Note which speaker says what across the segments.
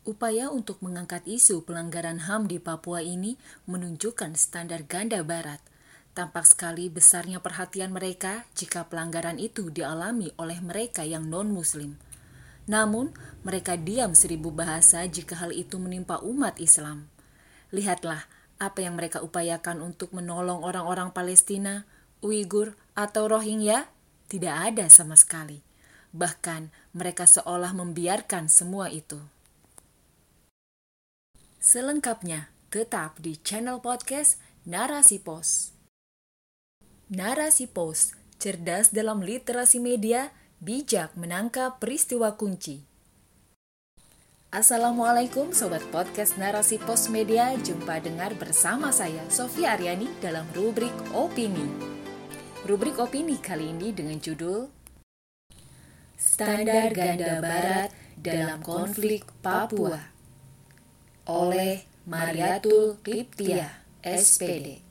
Speaker 1: Upaya untuk mengangkat isu pelanggaran HAM di Papua ini menunjukkan standar ganda barat. Tampak sekali besarnya perhatian mereka jika pelanggaran itu dialami oleh mereka yang non-muslim. Namun, mereka diam seribu bahasa jika hal itu menimpa umat Islam. Lihatlah apa yang mereka upayakan untuk menolong orang-orang Palestina, Uighur, atau Rohingya. Tidak ada sama sekali. Bahkan, mereka seolah membiarkan semua itu. Selengkapnya, tetap di channel podcast Narasi Pos. Narasi Pos, cerdas dalam literasi media, bijak menangkap peristiwa kunci. Assalamualaikum Sobat Podcast Narasi Pos Media, jumpa dengar bersama saya, Sofia Aryani, dalam rubrik Opini. Rubrik Opini kali ini dengan judul Standar Ganda Barat dalam Konflik Papua oleh Mariatul Qibtiyah, SPD.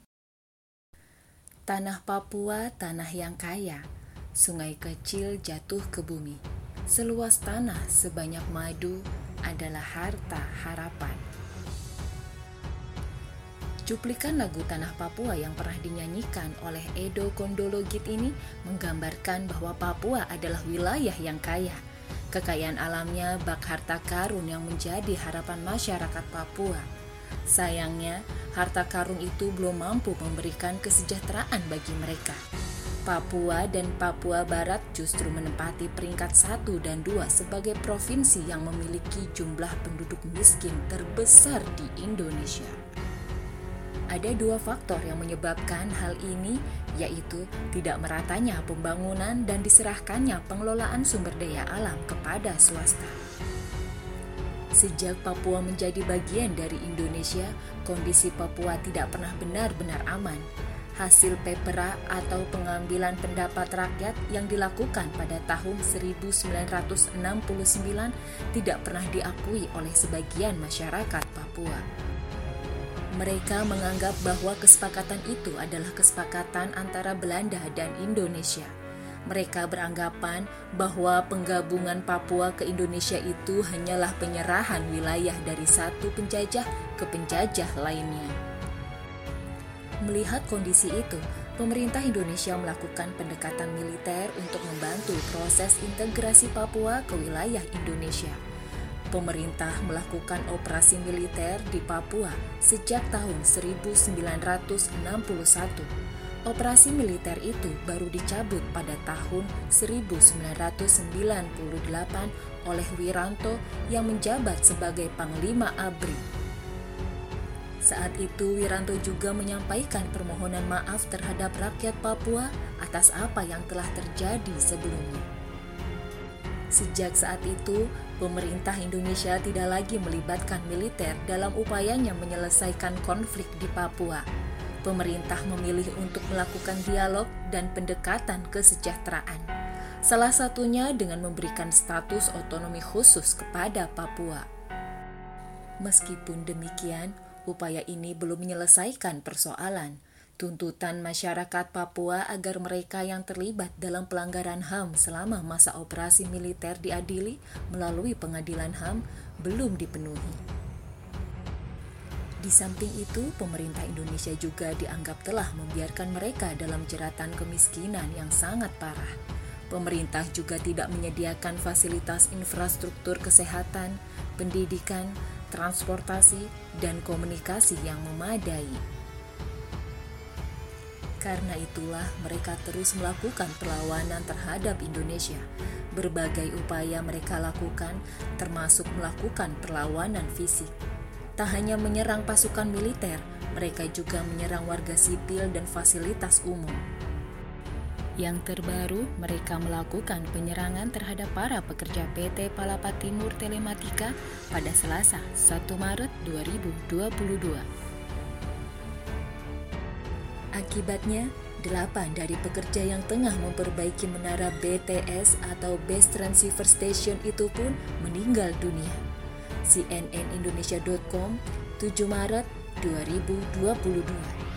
Speaker 1: Tanah Papua tanah yang kaya, sungai kecil jatuh ke bumi. Seluas tanah sebanyak madu adalah harta harapan. Cuplikan lagu Tanah Papua yang pernah dinyanyikan oleh Edo Kondologit ini menggambarkan bahwa Papua adalah wilayah yang kaya. Kekayaan alamnya bak harta karun yang menjadi harapan masyarakat Papua. Sayangnya, harta karun itu belum mampu memberikan kesejahteraan bagi mereka. Papua dan Papua Barat justru menempati peringkat 1 dan 2 sebagai provinsi yang memiliki jumlah penduduk miskin terbesar di Indonesia. Ada dua faktor yang menyebabkan hal ini, yaitu tidak meratanya pembangunan dan diserahkannya pengelolaan sumber daya alam kepada swasta. Sejak Papua menjadi bagian dari Indonesia, kondisi Papua tidak pernah benar-benar aman. Hasil PEPRA atau pengambilan pendapat rakyat yang dilakukan pada tahun 1969 tidak pernah diakui oleh sebagian masyarakat Papua. Mereka menganggap bahwa kesepakatan itu adalah kesepakatan antara Belanda dan Indonesia. Mereka beranggapan bahwa penggabungan Papua ke Indonesia itu hanyalah penyerahan wilayah dari satu penjajah ke penjajah lainnya. Melihat kondisi itu, pemerintah Indonesia melakukan pendekatan militer untuk membantu proses integrasi Papua ke wilayah Indonesia. Pemerintah melakukan operasi militer di Papua sejak tahun 1961. Operasi militer itu baru dicabut pada tahun 1998 oleh Wiranto yang menjabat sebagai Panglima ABRI. Saat itu Wiranto juga menyampaikan permohonan maaf terhadap rakyat Papua atas apa yang telah terjadi sebelumnya. Sejak saat itu, pemerintah Indonesia tidak lagi melibatkan militer dalam upayanya menyelesaikan konflik di Papua. Pemerintah memilih untuk melakukan dialog dan pendekatan kesejahteraan. Salah satunya dengan memberikan status otonomi khusus kepada Papua. Meskipun demikian, upaya ini belum menyelesaikan persoalan. Tuntutan masyarakat Papua agar mereka yang terlibat dalam pelanggaran HAM selama masa operasi militer diadili melalui pengadilan HAM belum dipenuhi. Di samping itu, pemerintah Indonesia juga dianggap telah membiarkan mereka dalam jeratan kemiskinan yang sangat parah. Pemerintah juga tidak menyediakan fasilitas infrastruktur kesehatan, pendidikan, transportasi, dan komunikasi yang memadai. Karena itulah mereka terus melakukan perlawanan terhadap Indonesia. Berbagai upaya mereka lakukan, termasuk melakukan perlawanan fisik. Tak hanya menyerang pasukan militer, mereka juga menyerang warga sipil dan fasilitas umum. Yang terbaru, mereka melakukan penyerangan terhadap para pekerja PT Palapa Timur Telematika pada Selasa, 1 Maret 2022. Akibatnya, 8 dari pekerja yang tengah memperbaiki menara BTS atau Base Transceiver Station itu pun meninggal dunia. CNNindonesia.com, 7 Maret 2022.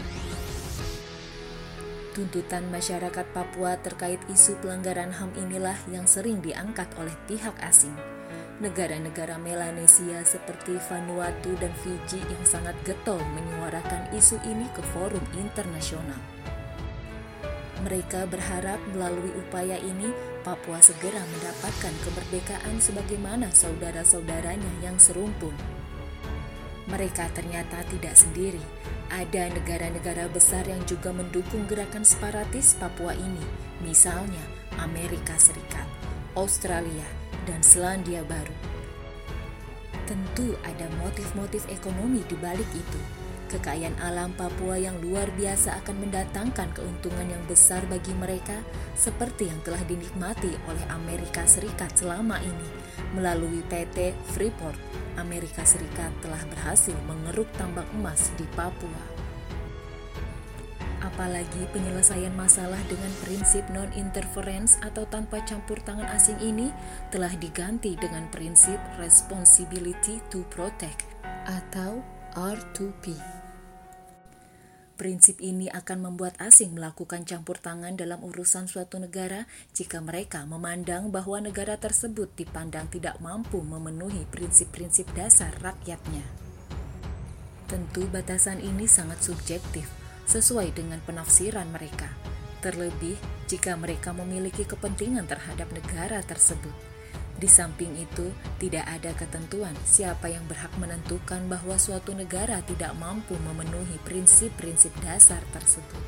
Speaker 1: Tuntutan masyarakat Papua terkait isu pelanggaran HAM inilah yang sering diangkat oleh pihak asing. Negara-negara Melanesia seperti Vanuatu dan Fiji yang sangat getol menyuarakan isu ini ke forum internasional. Mereka berharap melalui upaya ini Papua segera mendapatkan kemerdekaan sebagaimana saudara-saudaranya yang serumpun. Mereka ternyata tidak sendiri. Ada negara-negara besar yang juga mendukung gerakan separatis Papua ini, misalnya Amerika Serikat, Australia, dan Selandia Baru. Tentu ada motif-motif ekonomi di balik itu. Kekayaan alam Papua yang luar biasa akan mendatangkan keuntungan yang besar bagi mereka, seperti yang telah dinikmati oleh Amerika Serikat selama ini. Melalui PT Freeport, Amerika Serikat telah berhasil mengeruk tambang emas di Papua. Apalagi penyelesaian masalah dengan prinsip non-interference atau tanpa campur tangan asing ini telah diganti dengan prinsip responsibility to protect atau R2P. Prinsip ini akan membuat asing melakukan campur tangan dalam urusan suatu negara jika mereka memandang bahwa negara tersebut dipandang tidak mampu memenuhi prinsip-prinsip dasar rakyatnya. Tentu batasan ini sangat subjektif, sesuai dengan penafsiran mereka, terlebih jika mereka memiliki kepentingan terhadap negara tersebut. Di samping itu, tidak ada ketentuan siapa yang berhak menentukan bahwa suatu negara tidak mampu memenuhi prinsip-prinsip dasar tersebut.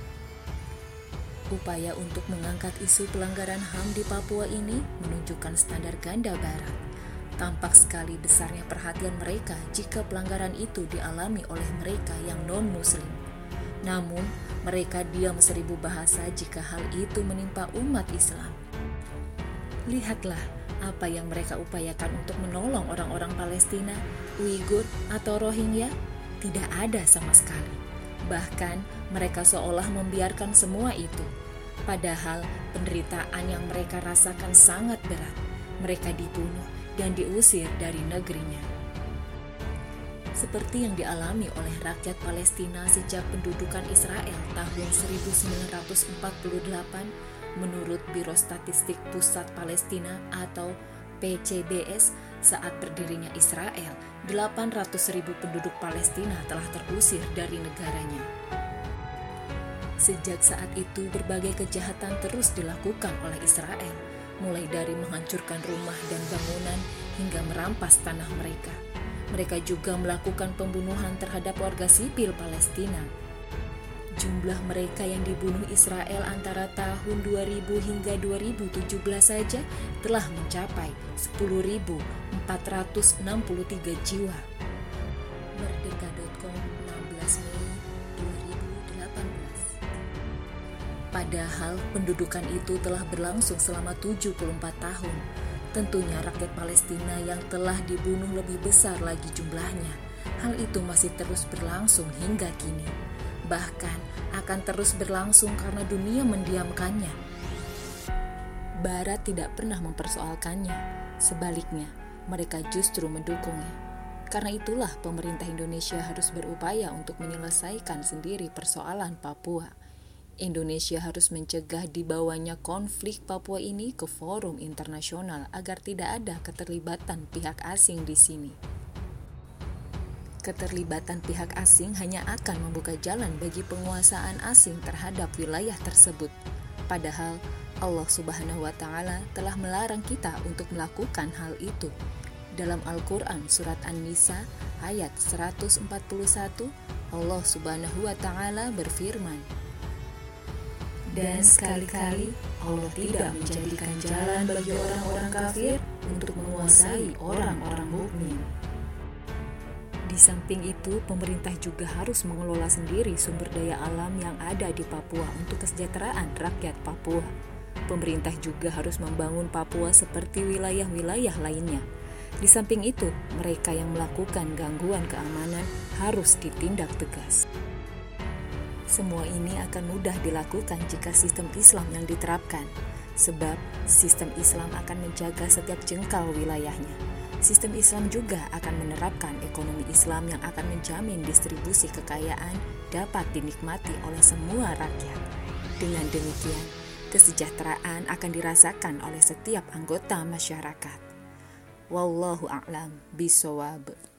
Speaker 1: Upaya untuk mengangkat isu pelanggaran HAM di Papua ini menunjukkan standar ganda barat. Tampak sekali besarnya perhatian mereka jika pelanggaran itu dialami oleh mereka yang non-muslim. Namun, mereka diam seribu bahasa jika hal itu menimpa umat Islam. Lihatlah apa yang mereka upayakan untuk menolong orang-orang Palestina, Uighur, atau Rohingya. Tidak ada sama sekali. Bahkan, mereka seolah membiarkan semua itu. Padahal, penderitaan yang mereka rasakan sangat berat. Mereka dibunuh dan diusir dari negerinya. Seperti yang dialami oleh rakyat Palestina sejak pendudukan Israel tahun 1948, menurut Biro Statistik Pusat Palestina atau PCBS, saat berdirinya Israel, 800.000 penduduk Palestina telah terusir dari negaranya. Sejak saat itu, berbagai kejahatan terus dilakukan oleh Israel, mulai dari menghancurkan rumah dan bangunan hingga merampas tanah mereka. Mereka juga melakukan pembunuhan terhadap warga sipil Palestina. Jumlah mereka yang dibunuh Israel antara tahun 2000 hingga 2017 saja telah mencapai 10.463 jiwa. Merdeka.com 16 Mei 2018. Padahal pendudukan itu telah berlangsung selama 74 tahun. Tentunya rakyat Palestina yang telah dibunuh lebih besar lagi jumlahnya. Hal itu masih terus berlangsung hingga kini. Bahkan akan terus berlangsung karena dunia mendiamkannya. Barat tidak pernah mempersoalkannya. Sebaliknya, mereka justru mendukungnya. Karena itulah pemerintah Indonesia harus berupaya untuk menyelesaikan sendiri persoalan Papua. Indonesia harus mencegah dibawanya konflik Papua ini ke forum internasional agar tidak ada keterlibatan pihak asing di sini. Keterlibatan pihak asing hanya akan membuka jalan bagi penguasaan asing terhadap wilayah tersebut. Padahal Allah Subhanahu wa Ta'ala telah melarang kita untuk melakukan hal itu. Dalam Al-Quran Surat An-Nisa ayat 141, Allah Subhanahu wa Ta'ala berfirman, "Dan sekali-kali Allah tidak menjadikan jalan bagi orang-orang kafir untuk menguasai orang-orang mukmin." Di samping itu, pemerintah juga harus mengelola sendiri sumber daya alam yang ada di Papua untuk kesejahteraan rakyat Papua. Pemerintah juga harus membangun Papua seperti wilayah-wilayah lainnya. Di samping itu, mereka yang melakukan gangguan keamanan harus ditindak tegas. Semua ini akan mudah dilakukan jika sistem Islam yang diterapkan, sebab sistem Islam akan menjaga setiap jengkal wilayahnya. Sistem Islam juga akan menerapkan ekonomi Islam yang akan menjamin distribusi kekayaan dapat dinikmati oleh semua rakyat. Dengan demikian, kesejahteraan akan dirasakan oleh setiap anggota masyarakat. Wallahu a'lam bishawab.